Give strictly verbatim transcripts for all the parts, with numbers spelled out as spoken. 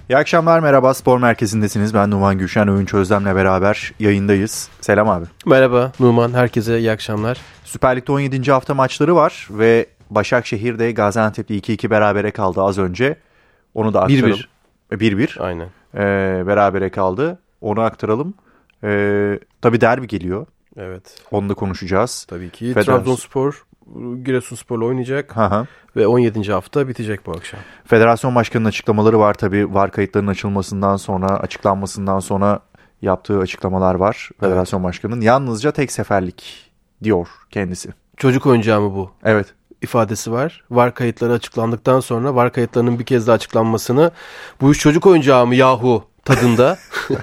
İyi akşamlar, merhaba. Spor Merkezi'ndesiniz. Ben Numan Gülşen, Öğünç Özlem'le beraber yayındayız. Selam abi. Merhaba Numan, herkese iyi akşamlar. Süper Lig'de on yedinci hafta maçları var ve Başakşehir de Gaziantep'le iki iki berabere kaldı az önce. Onu da aktaralım. bir bir. bir bir. Aynen. Ee, berabere kaldı. Onu aktaralım. Ee, tabii derbi geliyor. Evet. Onu da konuşacağız. Tabii ki. Federasyon... Trabzonspor Giresunspor'la oynayacak. Hı hı. Ve on yedinci hafta bitecek bu akşam. Federasyon Başkanı'nın açıklamaları var tabii. V A R kayıtlarının açılmasından sonra, açıklanmasından sonra yaptığı açıklamalar var. Evet. Federasyon Başkanı'nın yalnızca tek seferlik diyor kendisi. Çocuk oyuncağı mı bu? Evet. İfadesi var. V A R kayıtları açıklandıktan sonra V A R kayıtlarının bir kez daha açıklanmasını, bu iş çocuk oyuncağı mı yahu tadında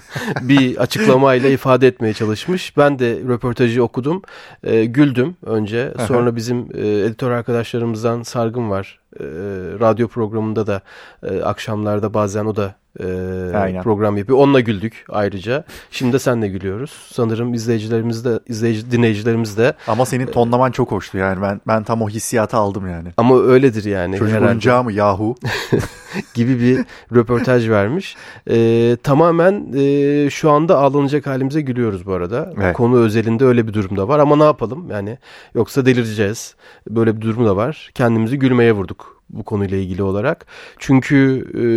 bir açıklamayla ifade etmeye çalışmış. Ben de röportajı okudum. E, güldüm önce. Sonra bizim e, editör arkadaşlarımızdan Sargın var. E, radyo programında da e, akşamlarda bazen o da e, program yapıyor. Onunla güldük ayrıca. Şimdi de seninle gülüyoruz. Sanırım izleyicilerimiz de, izleyici, dinleyicilerimiz de. Ama senin tonlaman çok hoştu yani. Ben ben tam o hissiyatı aldım yani. Ama öyledir yani. Çocuk oyuncağı mı yahu? gibi bir röportaj vermiş. Ee, tamamen e, şu anda ağlanacak halimize gülüyoruz bu arada. Evet. Konu özelinde öyle bir durum da var ama ne yapalım yani, yoksa delireceğiz. Böyle bir durum da var. Kendimizi gülmeye vurduk bu konuyla ilgili olarak. Çünkü e,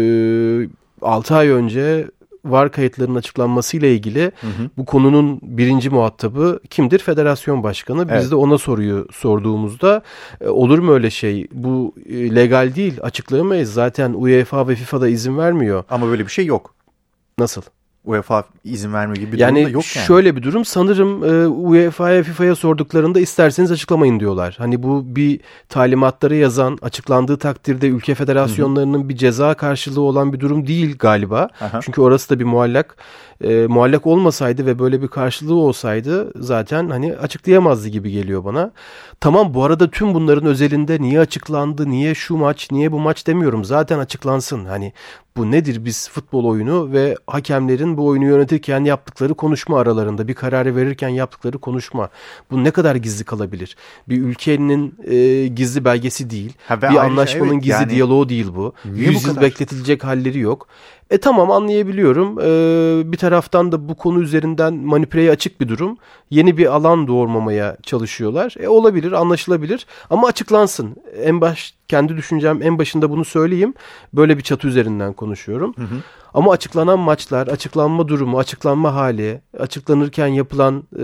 altı ay önce V A R kayıtlarının açıklanmasıyla ilgili hı hı. bu konunun birinci muhatabı kimdir? Federasyon Başkanı. Biz evet. de ona soruyu sorduğumuzda e, olur mu öyle şey? Bu e, legal değil, açıklayamayız. Zaten UEFA ve FIFA da izin vermiyor. Ama böyle bir şey yok. Nasıl? UEFA izin vermiyor gibi bir yani durum da yok yani. Şöyle bir durum, sanırım e, UEFA'ya, FIFA'ya sorduklarında isterseniz açıklamayın diyorlar. Hani bu bir talimatları yazan, açıklandığı takdirde ülke federasyonlarının hı hı. bir ceza karşılığı olan bir durum değil galiba. Aha. Çünkü orası da bir muallak. E, muallak olmasaydı ve böyle bir karşılığı olsaydı zaten hani açıklayamazdı gibi geliyor bana. Tamam, bu arada tüm bunların özelinde niye açıklandı, niye şu maç, niye bu maç demiyorum. Zaten açıklansın. Hani bu nedir? Biz futbol oyunu ve hakemlerin bu oyunu yönetirken yaptıkları konuşma aralarında, bir kararı verirken yaptıkları konuşma. Bu ne kadar gizli kalabilir? Bir ülkenin e, gizli belgesi değil. Ha, bir anlaşmanın evet, gizli yani, diyaloğu değil bu. Yüz yıl bekletilecek halleri yok. E tamam, anlayabiliyorum. Ee, bir taraftan da bu konu üzerinden manipüleye açık bir durum. Yeni bir alan doğurmamaya çalışıyorlar. E olabilir, anlaşılabilir ama açıklansın. En baş kendi düşüncem en başında bunu söyleyeyim. Böyle bir çatı üzerinden konuşuyorum. Hı hı. Ama açıklanan maçlar, açıklanma durumu, açıklanma hali, açıklanırken yapılan e,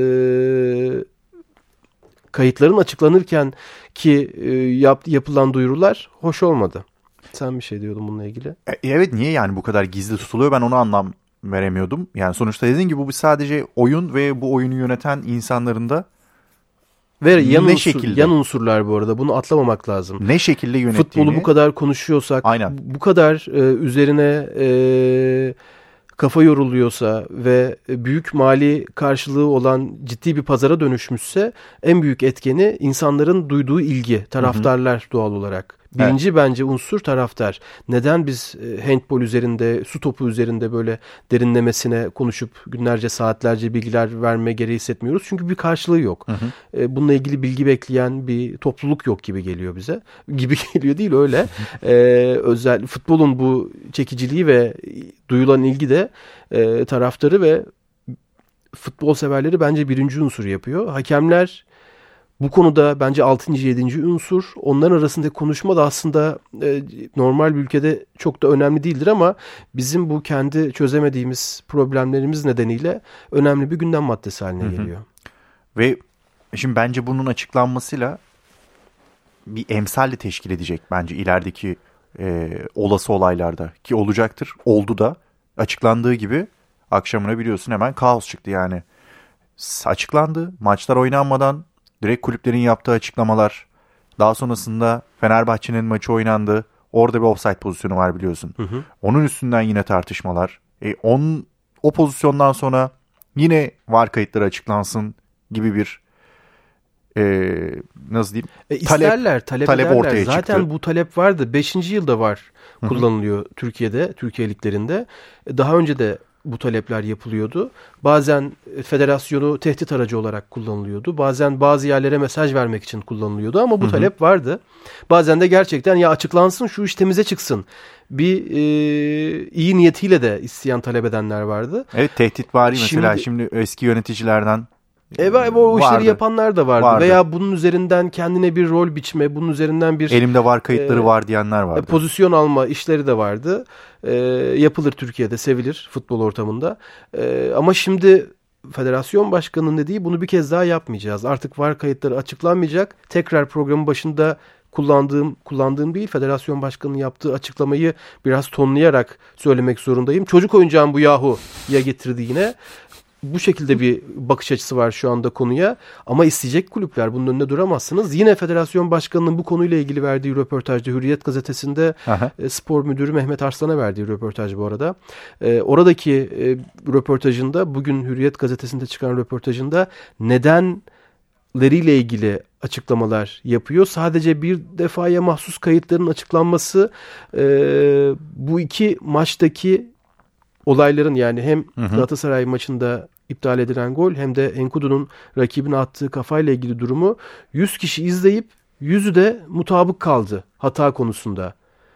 kayıtların açıklanırken ki e, yap, yapılan duyurular hoş olmadı. Sen bir şey diyordun bununla ilgili. E, evet, niye yani bu kadar gizli tutuluyor, ben onu anlam veremiyordum. Yani sonuçta dediğin gibi bu sadece oyun ve bu oyunu yöneten insanların da ve yan, ne unsur, şekilde? yan unsurlar bu arada, bunu atlamamak lazım. Ne şekilde yönettiğini. Futbolu bu kadar konuşuyorsak, aynen. bu kadar e, üzerine e, kafa yoruluyorsa ve büyük mali karşılığı olan ciddi bir pazara dönüşmüşse en büyük etkeni insanların duyduğu ilgi, taraftarlar hı hı. doğal olarak. Birinci evet. bence unsur taraftar. Neden biz handball üzerinde, su topu üzerinde böyle derinlemesine konuşup günlerce, saatlerce bilgiler verme gereği hissetmiyoruz? Çünkü bir karşılığı yok. Hı hı. Bununla ilgili bilgi bekleyen bir topluluk yok gibi geliyor bize. Gibi geliyor değil, öyle. ee, özel futbolun bu çekiciliği ve duyulan ilgi de e, taraftarı ve futbol severleri bence birinci unsur yapıyor. Hakemler bu konuda bence altıncı yedinci unsur. Onların arasındaki konuşma da aslında e, normal bir ülkede çok da önemli değildir ama bizim bu kendi çözemediğimiz problemlerimiz nedeniyle önemli bir gündem maddesi haline hı hı. geliyor. Ve şimdi bence bunun açıklanmasıyla bir emsalle teşkil edecek bence ilerideki e, olası olaylarda, ki olacaktır. Oldu da açıklandığı gibi akşamına biliyorsun hemen kaos çıktı yani. Açıklandı, maçlar oynanmadan direkt kulüplerin yaptığı açıklamalar. Daha sonrasında Fenerbahçe'nin maçı oynandı. Orada bir offside pozisyonu var biliyorsun. Hı hı. Onun üstünden yine tartışmalar. E, on, o pozisyondan sonra yine V A R kayıtları açıklansın gibi bir e, nasıl diyeyim? E, isterler, talep, talep ederler. Ortaya Zaten çıktı. Bu talep vardı. Beşinci yılda var kullanılıyor hı hı. Türkiye'de, Türkiye liglerinde. Daha önce de bu talepler yapılıyordu. Bazen federasyonu tehdit aracı olarak kullanılıyordu. Bazen bazı yerlere mesaj vermek için kullanılıyordu ama bu Hı-hı. talep vardı. Bazen de gerçekten ya açıklansın, şu iş temize çıksın. Bir e, iyi niyetiyle de isyan talep edenler vardı. Evet, tehditvari mesela şimdi, şimdi eski yöneticilerden Evet, o vardı. işleri yapanlar da vardı. vardı. Veya bunun üzerinden kendine bir rol biçme, bunun üzerinden bir... Elimde var kayıtları e, var diyenler vardı. Pozisyon alma işleri de vardı. E, yapılır Türkiye'de, sevilir futbol ortamında. E, ama şimdi federasyon başkanının dediği bunu bir kez daha yapmayacağız. Artık var kayıtları açıklanmayacak. Tekrar programın başında kullandığım, kullandığım değil, federasyon başkanının yaptığı açıklamayı biraz tonlayarak söylemek zorundayım. Çocuk oyuncağım bu yahu ya getirdi yine. Bu şekilde bir bakış açısı var şu anda konuya. Ama isteyecek kulüpler, bunun önünde duramazsınız. Yine federasyon başkanının bu konuyla ilgili verdiği röportajda Hürriyet gazetesinde e, spor müdürü Mehmet Arslan'a verdiği röportaj bu arada. E, oradaki e, röportajında, bugün Hürriyet gazetesinde çıkan röportajında nedenleriyle ilgili açıklamalar yapıyor. Sadece bir defaya mahsus kayıtların açıklanması e, bu iki maçtaki olayların, yani hem hı hı. Galatasaray maçında iptal edilen gol hem de Enkudu'nun rakibine attığı kafayla ilgili durumu yüz kişi izleyip yüzü de mutabık kaldı hata konusunda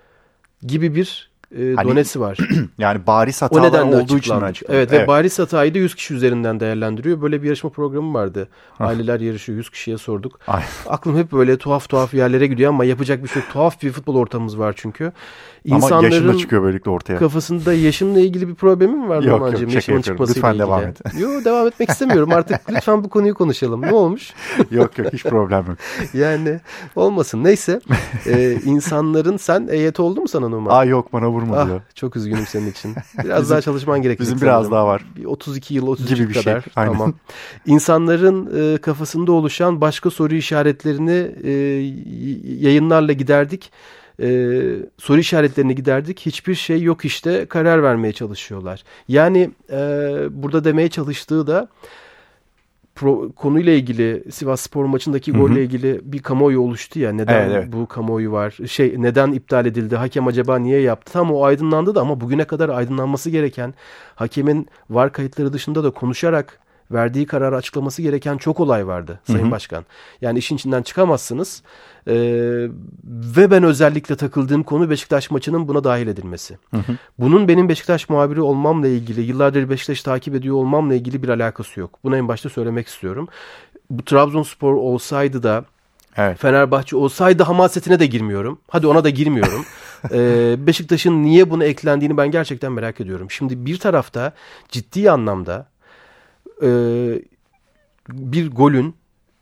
gibi bir e, hani, donesi var. Yani bariz hatalar olduğu için mi açıklandı? Evet, evet ve bariz hatayı da yüz kişi üzerinden değerlendiriyor. Böyle bir yarışma programı vardı. Aileler yarışıyor, yüz kişiye sorduk. Ay. Aklım hep böyle tuhaf tuhaf yerlere gidiyor ama yapacak bir şey yok. Tuhaf bir futbol ortamımız var çünkü. İnsanların ama yaşım da çıkıyor böylelikle ortaya. Kafasında yaşımla ilgili bir problemim mi var? Yok yok, yaşımın çıkmasıyla lütfen ilgili. Devam et. Yok, devam etmek istemiyorum artık. Lütfen bu konuyu konuşalım. Ne olmuş? Yok yok, hiç problem yok. Yani olmasın. Neyse. Ee, insanların, sen E Y T oldu mu sana Numan? Aa yok, bana vurmadı ah, ya. Çok üzgünüm senin için. Biraz bizim, daha çalışman gerekecek. Bizim biraz sanırım. Daha var. Bir otuz iki yıl, otuz üç gibi bir kadar. Şey. Aynen. Tamam. İnsanların e, kafasında oluşan başka soru işaretlerini e, yayınlarla giderdik. Ee, soru işaretlerini giderdik. Hiçbir şey yok işte, karar vermeye çalışıyorlar. Yani e, burada demeye çalıştığı da pro, konuyla ilgili, Sivasspor maçındaki Hı-hı. golle ilgili bir kamuoyu oluştu ya. Neden evet, evet. bu kamuoyu var? Şey, neden iptal edildi? Hakem acaba niye yaptı? Tam o aydınlandı da ama bugüne kadar aydınlanması gereken, hakemin var kayıtları dışında da konuşarak verdiği kararı açıklaması gereken çok olay vardı Sayın Hı-hı. Başkan. Yani işin içinden çıkamazsınız. Ee, ve ben özellikle takıldığım konu Beşiktaş maçının buna dahil edilmesi. Hı-hı. Bunun benim Beşiktaş muhabiri olmamla ilgili, yıllardır Beşiktaş'ı takip ediyor olmamla ilgili bir alakası yok. Bunu en başta söylemek istiyorum. Bu Trabzonspor olsaydı da, evet. Fenerbahçe olsaydı hamasetine de girmiyorum. Hadi ona da girmiyorum. ee, Beşiktaş'ın niye buna eklendiğini ben gerçekten merak ediyorum. Şimdi bir tarafta ciddi anlamda Ee, bir golün,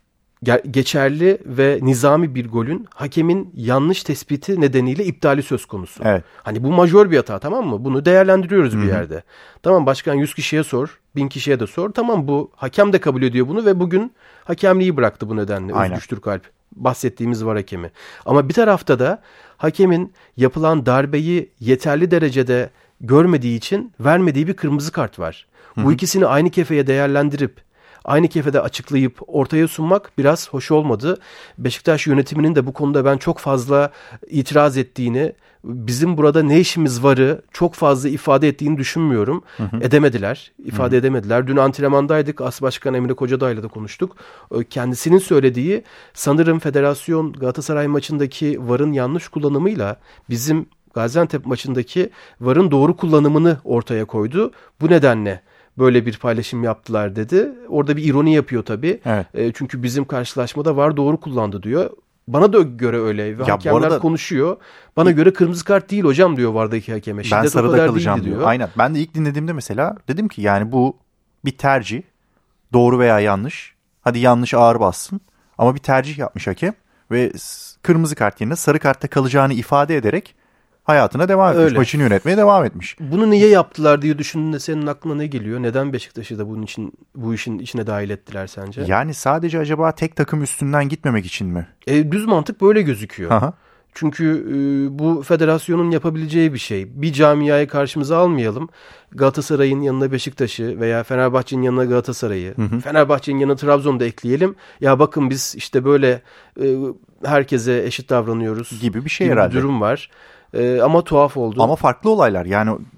geçerli ve nizami bir golün hakemin yanlış tespiti nedeniyle iptali söz konusu. Evet. Hani bu majör bir hata, tamam mı? Bunu değerlendiriyoruz Hı-hı. bir yerde. Tamam, başkan yüz kişiye sor, bin kişiye de sor. Tamam, bu hakem de kabul ediyor bunu ve bugün hakemliği bıraktı bu nedenle. Özgür Türkalp, bahsettiğimiz var hakemi. Ama bir tarafta da hakemin yapılan darbeyi yeterli derecede görmediği için vermediği bir kırmızı kart var. Hı-hı. Bu ikisini aynı kefeye değerlendirip aynı kefede açıklayıp ortaya sunmak biraz hoş olmadı. Beşiktaş yönetiminin de bu konuda ben çok fazla itiraz ettiğini, bizim burada ne işimiz varı çok fazla ifade ettiğini düşünmüyorum. Hı hı. Edemediler, ifade hı hı. edemediler. Dün antrenmandaydık, As Başkan Emre Kocaday'la da konuştuk. Kendisinin söylediği, sanırım federasyon Galatasaray maçındaki varın yanlış kullanımıyla bizim Gaziantep maçındaki varın doğru kullanımını ortaya koydu. Bu nedenle böyle bir paylaşım yaptılar dedi. Orada bir ironi yapıyor tabii. Evet. E, çünkü bizim karşılaşmada var doğru kullandı diyor. Bana da göre öyle. Ve ya hakemler arada konuşuyor. Bana göre kırmızı kart değil hocam diyor vardaki hakeme. Şiddet ben sarıda kalacağım diyor. diyor. Aynen. Ben de ilk dinlediğimde mesela dedim ki yani bu bir tercih. Doğru veya yanlış. Hadi yanlış ağır bassın. Ama bir tercih yapmış hakem. Ve kırmızı kart yerine sarı kartta kalacağını ifade ederek hayatına devam etmiş. Öyle. Maçını yönetmeye devam etmiş. Bunu niye yaptılar diye düşündüğünde senin aklına ne geliyor? Neden Beşiktaş'ı da bunun için, bu işin içine dahil ettiler sence? Yani sadece acaba tek takım üstünden gitmemek için mi? E, düz mantık böyle gözüküyor. Aha. Çünkü e, bu federasyonun yapabileceği bir şey. Bir camiayı karşımıza almayalım. Galatasaray'ın yanına Beşiktaş'ı veya Fenerbahçe'nin yanına Galatasaray'ı, hı hı. Fenerbahçe'nin yanına Trabzon'da ekleyelim. Ya bakın biz işte böyle e, herkese eşit davranıyoruz gibi bir şey gibi herhalde. Bir durum var. Ee, ama tuhaf oldu. Ama farklı olaylar. Yani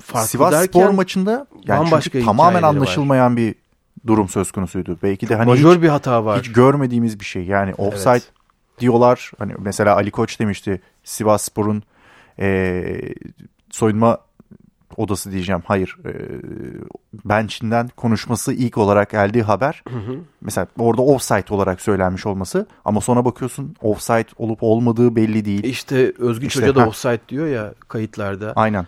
farklı Sivas derken, Spor maçında yani çünkü tamamen anlaşılmayan var. Bir durum söz konusuydu. Belki de hani majör hiç, bir hata var. Hiç görmediğimiz bir şey. Yani offside evet. diyorlar. Hani mesela Ali Koç demişti Sivas Spor'un e, soyunma odası diyeceğim. Hayır. E, bench'inden konuşması ilk olarak geldiği haber. Hı hı. Mesela orada offside olarak söylenmiş olması. Ama sonra bakıyorsun offside olup olmadığı belli değil. İşte Özgüç işte, Hoca da heh. offside diyor ya kayıtlarda. Aynen.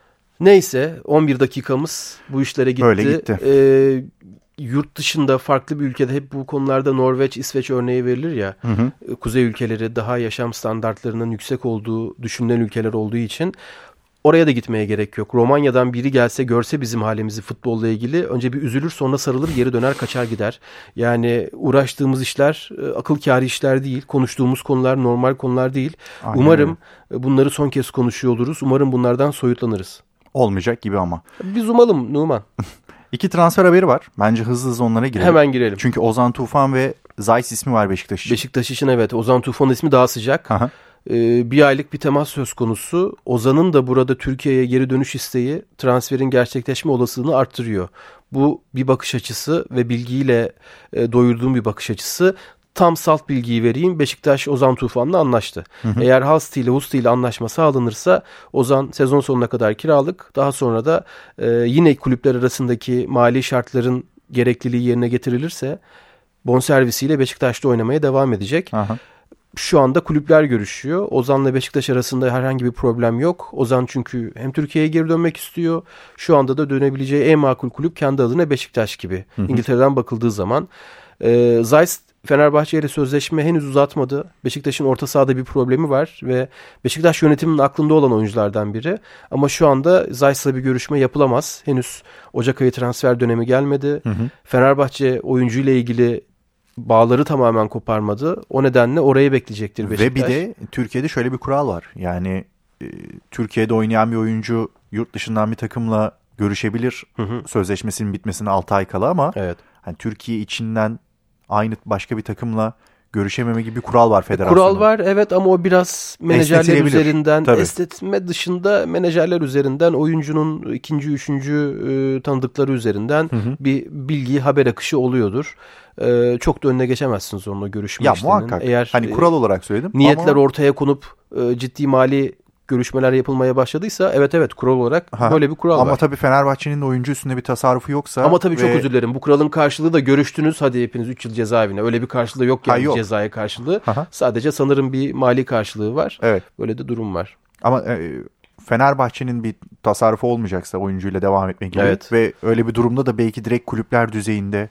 Neyse on bir dakikamız bu işlere gitti. Böyle gitti. Ee, yurt dışında farklı bir ülkede hep bu konularda Norveç, İsveç örneği verilir ya. Hı hı. Kuzey ülkeleri daha yaşam standartlarının yüksek olduğu düşünülen ülkeler olduğu için oraya da gitmeye gerek yok. Romanya'dan biri gelse görse bizim halimizi futbolla ilgili önce bir üzülür, sonra sarılır, geri döner kaçar gider. Yani uğraştığımız işler akıl kârı işler değil. Konuştuğumuz konular normal konular değil. Aynen. Umarım bunları son kez konuşuyor oluruz. Umarım bunlardan soyutlanırız. Olmayacak gibi ama. Biz umalım Numan. İki transfer haberi var. Bence hızlı hızlı onlara girelim. Hemen girelim. Çünkü Ozan Tufan ve Zayt ismi var Beşiktaş için. Beşiktaş için evet. Ozan Tufan ismi daha sıcak. Aha. Ee, bir aylık bir temas söz konusu. Ozan'ın da burada Türkiye'ye geri dönüş isteği transferin gerçekleşme olasılığını arttırıyor. Bu bir bakış açısı ve bilgiyle e, doyurduğum bir bakış açısı. Tam salt bilgiyi vereyim. Beşiktaş Ozan Tufan'la anlaştı. Hı hı. Eğer Halsti ile Husti ile anlaşma sağlanırsa Ozan sezon sonuna kadar kiralık. Daha sonra da e, yine kulüpler arasındaki mali şartların gerekliliği yerine getirilirse bonservisiyle Beşiktaş'ta oynamaya devam edecek. Aha. Şu anda kulüpler görüşüyor. Ozan'la Beşiktaş arasında herhangi bir problem yok. Ozan çünkü hem Türkiye'ye geri dönmek istiyor. Şu anda da dönebileceği en makul kulüp kendi adına Beşiktaş gibi. Hı hı. İngiltere'den bakıldığı zaman. E, Zayt Fenerbahçe ile sözleşme henüz uzatmadı. Beşiktaş'ın orta sahada bir problemi var ve Beşiktaş yönetiminin aklında olan oyunculardan biri. Ama şu anda Zayt'la bir görüşme yapılamaz. Henüz Ocak ayı transfer dönemi gelmedi. Hı hı. Fenerbahçe oyuncuyla ilgili bağları tamamen koparmadı. O nedenle orayı bekleyecektir Beşiktaş. Ve bir de Türkiye'de şöyle bir kural var. Yani e, Türkiye'de oynayan bir oyuncu yurt dışından bir takımla görüşebilir. Hı hı. Sözleşmesinin bitmesine altı ay kala ama evet. Hani Türkiye içinden aynı başka bir takımla görüşememe gibi bir kural var federasyonda. Kural var evet ama o biraz menajerler üzerinden, tabii. Esnetme dışında menajerler üzerinden, oyuncunun ikinci, üçüncü e, tanıdıkları üzerinden hı hı. bir bilgi, haber akışı oluyordur. E, çok da önüne geçemezsiniz onunla görüşme ya, işlerinin. Muhakkak. Eğer hani kural olarak söyledim. Niyetler ama... ortaya konup e, ciddi mali görüşmeler yapılmaya başladıysa evet evet kural olarak ha, böyle bir kural ama var. Ama tabii Fenerbahçe'nin de oyuncu üstünde bir tasarrufu yoksa. Ama tabii ve... çok özür dilerim. Bu kuralın karşılığı da görüştünüz. Hadi hepiniz üç yıl cezaevine. Öyle bir karşılığı yok yani, yok. Cezaya karşılığı. Aha. Sadece sanırım bir mali karşılığı var. Evet. Böyle de durum var. Ama e, Fenerbahçe'nin bir tasarrufu olmayacaksa oyuncuyla devam etmek gibi. Evet. Ve öyle bir durumda da belki direkt kulüpler düzeyinde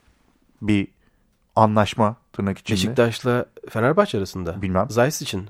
bir anlaşma tırnak içinde. Beşiktaş'la Fenerbahçe arasında. Bilmem. Zayt için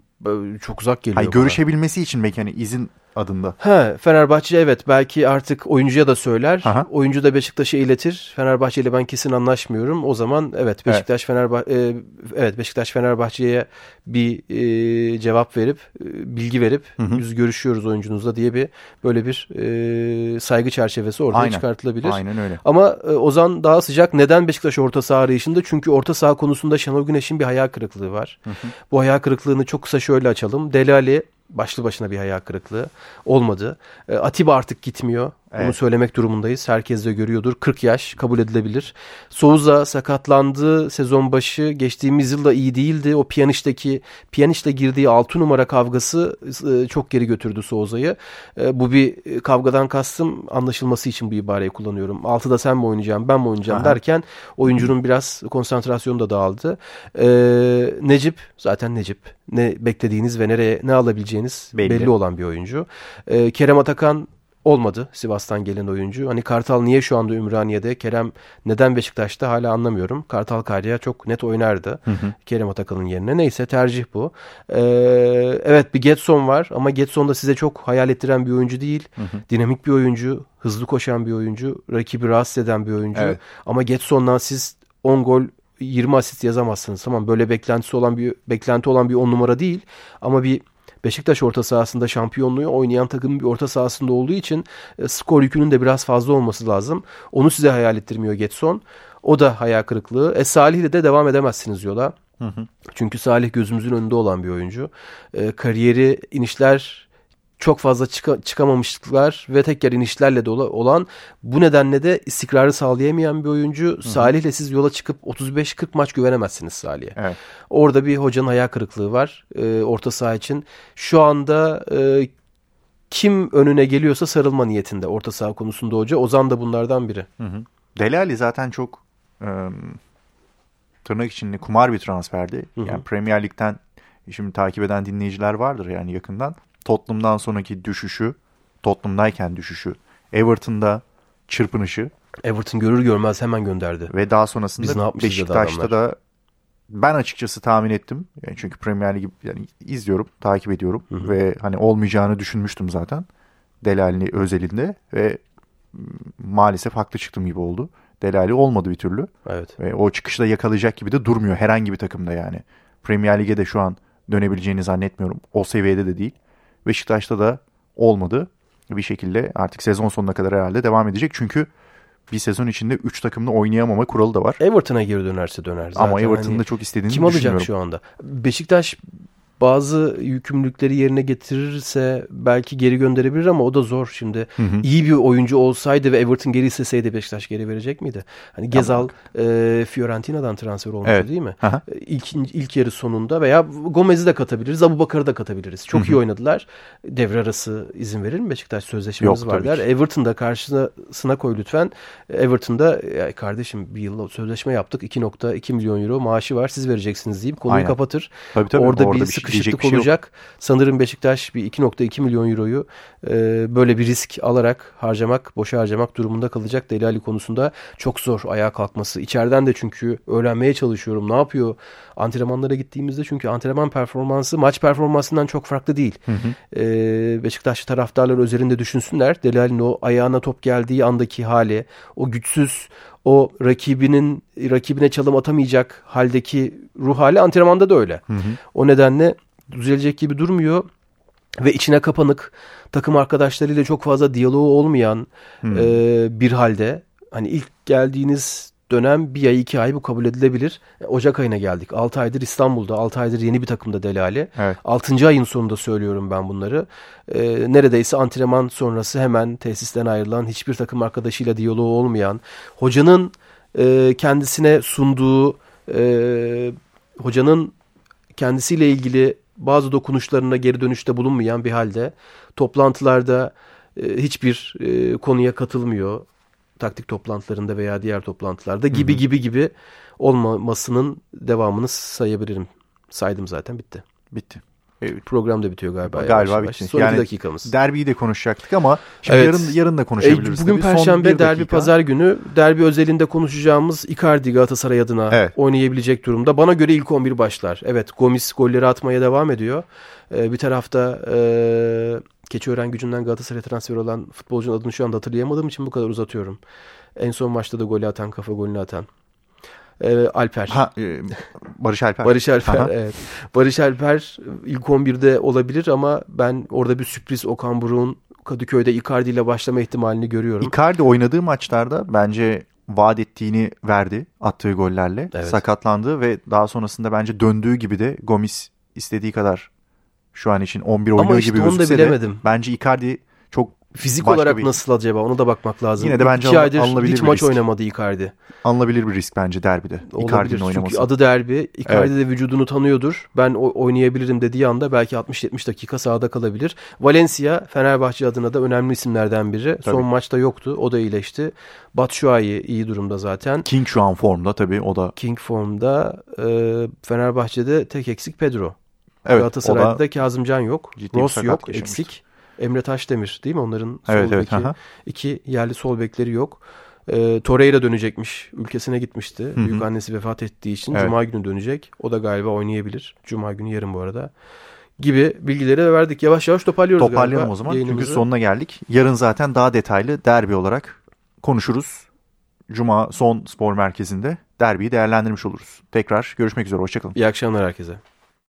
çok uzak geliyor. Hayır, görüşebilmesi için belki hani izin adında. He, Fenerbahçe evet belki artık oyuncuya da söyler. Aha. Oyuncu da Beşiktaş'a iletir. Fenerbahçe ile ben kesin anlaşmıyorum. O zaman evet Beşiktaş evet. Fenerbahçe e, evet Beşiktaş Fenerbahçe'ye bir e, cevap verip e, bilgi verip hı hı. biz görüşüyoruz oyuncunuzla diye bir böyle bir e, saygı çerçevesi ortaya Aynen. çıkartılabilir. Aynen öyle. Ama e, Ozan daha sıcak. Neden Beşiktaş orta saha arayışında? Çünkü orta saha konusunda Şenol Güneş'in bir hayal kırıklığı var. Hı hı. Bu hayal kırıklığını çok kısa şöyle açalım. Dele Alli başlı başına bir hayal kırıklığı olmadı. E, Atiba artık gitmiyor. Evet. Bunu söylemek durumundayız. Herkes de görüyordur. kırk yaş kabul edilebilir. Souza sakatlandı. Sezon başı geçtiğimiz yılda iyi değildi. O Pjanic'teki Pjanic'le girdiği altı numara kavgası e, çok geri götürdü Souza'yı. E, bu bir kavgadan kastım anlaşılması için bu ibareyi kullanıyorum. altıda sen mi oynayacaksın ben mi oynayacağım Aha. derken oyuncunun biraz konsantrasyonu da dağıldı. E, Necip zaten Necip. Ne beklediğiniz ve nereye ne alabileceğiniz belli, belli olan bir oyuncu. E, Kerem Atakan olmadı. Sivas'tan gelen oyuncu. Hani Kartal niye şu anda Ümraniye'de? Kerem neden Beşiktaş'ta? Hala anlamıyorum. Kartal Kayra çok net oynardı. Hı hı. Kerem Atakan'ın yerine. Neyse tercih bu. Ee, evet bir Getson var ama Getson da size çok hayal ettiren bir oyuncu değil. Hı hı. Dinamik bir oyuncu. Hızlı koşan bir oyuncu. Rakibi rahatsız eden bir oyuncu. Evet. Ama Getson'dan siz on gol yirmi asist yazamazsınız. Tamam böyle beklentisi olan bir beklenti olan bir on numara değil. Ama bir Beşiktaş orta sahasında şampiyonluğu oynayan takımın bir orta sahasında olduğu için e, skor yükünün de biraz fazla olması lazım. Onu size hayal ettirmiyor Getson. O da hayal kırıklığı. E Salih'le de devam edemezsiniz yola. Hı hı. Çünkü Salih gözümüzün önünde olan bir oyuncu. E, kariyeri inişler çok fazla çıka, çıkamamışlıklar ve tekrar inişlerle de olan, bu nedenle de istikrarı sağlayamayan bir oyuncu. Hı-hı. Salih'le siz yola çıkıp otuz beş kırk maç güvenemezsiniz Salih'e. Evet. Orada bir hocanın hayal kırıklığı var e, orta saha için. Şu anda e, kim önüne geliyorsa sarılma niyetinde orta saha konusunda hoca. Ozan da bunlardan biri. Hı hı. Dele Alli zaten çok e, tırnak içinde kumar bir transferdi. Hı hı. Yani Premier Lig'den şimdi takip eden dinleyiciler vardır yani yakından. Tottenham'dan sonraki düşüşü, Tottenham'dayken düşüşü, Everton'da çırpınışı. Everton görür görmez hemen gönderdi. Ve daha sonrasında Beşiktaş'ta da ben açıkçası tahmin ettim. Yani çünkü Premier Lig'i yani izliyorum, takip ediyorum. Hı hı. Ve hani olmayacağını düşünmüştüm zaten. Dele Alli özelinde ve maalesef haklı çıktım gibi oldu. Dele Alli olmadı bir türlü. Evet. Ve o çıkışta yakalayacak gibi de durmuyor herhangi bir takımda yani. Premier Lig'e de şu an dönebileceğini zannetmiyorum. O seviyede de değil. Beşiktaş'ta da olmadı. Bir şekilde artık sezon sonuna kadar herhalde devam edecek. Çünkü bir sezon içinde üç takımla oynayamama kuralı da var. Everton'a geri dönerse döner zaten. Ama Everton'da hani çok istediğini kim düşünmüyorum. Kim alacak şu anda? Beşiktaş bazı yükümlülükleri yerine getirirse belki geri gönderebilir ama o da zor şimdi. Hı hı. İyi bir oyuncu olsaydı ve Everton geri isteseydi Beşiktaş geri verecek miydi? Hani Gezal e, Fiorentina'dan transfer olmuştu, evet, değil mi? Aha. İlk, ilk yarı sonunda veya Gomez'i de katabiliriz, Abubakar'ı da katabiliriz. Çok hı hı. iyi oynadılar. Devre arası izin verir mi? Beşiktaş sözleşmemiz var der. Everton'da karşısına koy lütfen. Everton'da ya kardeşim bir yıl sözleşme yaptık. iki nokta iki milyon euro maaşı var. Siz vereceksiniz deyip konuyu Aynen. kapatır. Tabii, tabii. Orada, Orada bir sıkı Sıkışıklık şey olacak. Yok. Sanırım Beşiktaş bir iki nokta iki milyon euroyu e, böyle bir risk alarak harcamak, boşa harcamak durumunda kalacak. Dele Alli konusunda çok zor ayağa kalkması. İçeriden de çünkü öğrenmeye çalışıyorum. Ne yapıyor? Antrenmanlara gittiğimizde çünkü antrenman performansı maç performansından çok farklı değil. Hı hı. E, Beşiktaşlı taraftarlar üzerinde düşünsünler. Dele Alli'nin o ayağına top geldiği andaki hali, o güçsüz, o rakibinin rakibine çalım atamayacak haldeki ruh hali antrenmanda da öyle. Hı hı. O nedenle düzelecek gibi durmuyor ve içine kapanık, takım arkadaşlarıyla çok fazla diyaloğu olmayan hmm. e, bir halde. Hani ilk geldiğiniz dönem bir ay iki ay bu kabul edilebilir. Ocak ayına geldik. altı aydır İstanbul'da, altı aydır yeni bir takımda Dele Alli. Evet. altıncı ayın sonunda söylüyorum ben bunları. E, neredeyse antrenman sonrası hemen tesisten ayrılan, hiçbir takım arkadaşıyla diyaloğu olmayan, hocanın e, kendisine sunduğu, e, hocanın kendisiyle ilgili bazı dokunuşlarına geri dönüşte bulunmayan bir halde toplantılarda e, hiçbir e, konuya katılmıyor. Taktik toplantılarında veya diğer toplantılarda gibi hı hı. gibi gibi olmamasının devamını sayabilirim. Saydım zaten, bitti. Bitti. Evet. Program da bitiyor galiba. Galiba yavaş bitti. Yavaş. Son yani iki dakikamız. Derbiyi de konuşacaktık ama şimdi evet. yarın yarın da konuşabiliriz. E, bugün tabii. Perşembe derbi pazar günü. Derbi özelinde konuşacağımız Icardi Galatasaray adına evet. oynayabilecek durumda. Bana göre ilk on bir başlar. Evet, Gomis golleri atmaya devam ediyor. Ee, bir tarafta e, Keçiören Gücü'nden Galatasaray'a transfer olan futbolcunun adını şu anda hatırlayamadığım için bu kadar uzatıyorum. En son maçta da golü atan, kafa golünü atan. Ee, Alper. Ha, e, Barış Alper. Barış Alper, Aha. evet. Barış Alper ilk on birde olabilir ama ben orada bir sürpriz Okan Buruk'un Kadıköy'de Icardi ile başlama ihtimalini görüyorum. Icardi oynadığı maçlarda bence vaat ettiğini verdi attığı gollerle. Evet. Sakatlandı ve daha sonrasında bence döndüğü gibi de Gomis istediği kadar şu an için on bir oynuyor ama işte gibi gözükse de bence Icardi çok fizik olarak bir... nasıl acaba? Ona da bakmak lazım. Yine de bence İki aydır alınabilir hiç bir maç risk. Oynamadı Icardi. Alınabilir bir risk bence derbide. Olabilir çünkü adı derbi. Icardi evet. de vücudunu tanıyordur. Ben oynayabilirim dediği anda belki altmış yetmiş dakika sahada kalabilir. Valencia Fenerbahçe adına da önemli isimlerden biri. Tabii. Son maçta yoktu. O da iyileşti. Batshuayi iyi durumda zaten. King şu an formda tabii. O da. King formda. E, Fenerbahçe'de tek eksik Pedro. Evet, Galatasaray'da da Kazımcan yok. Ross yok. Yaşamıştır. Eksik. Emre Taşdemir değil mi? Onların sol evet, beki. Evet, iki yerli sol bekleri yok. E, Torreira dönecekmiş. Ülkesine gitmişti. Hı-hı. Büyük annesi vefat ettiği için evet. Cuma günü dönecek. O da galiba oynayabilir. Cuma günü, yarın bu arada. Gibi bilgileri verdik. Yavaş yavaş toparlıyoruz Toparlayalım galiba. O zaman. Yayınımızı. Çünkü sonuna geldik. Yarın zaten daha detaylı derbi olarak konuşuruz. Cuma Son Spor Merkezi'nde derbiyi değerlendirmiş oluruz. Tekrar görüşmek üzere. Hoşçakalın. İyi akşamlar herkese.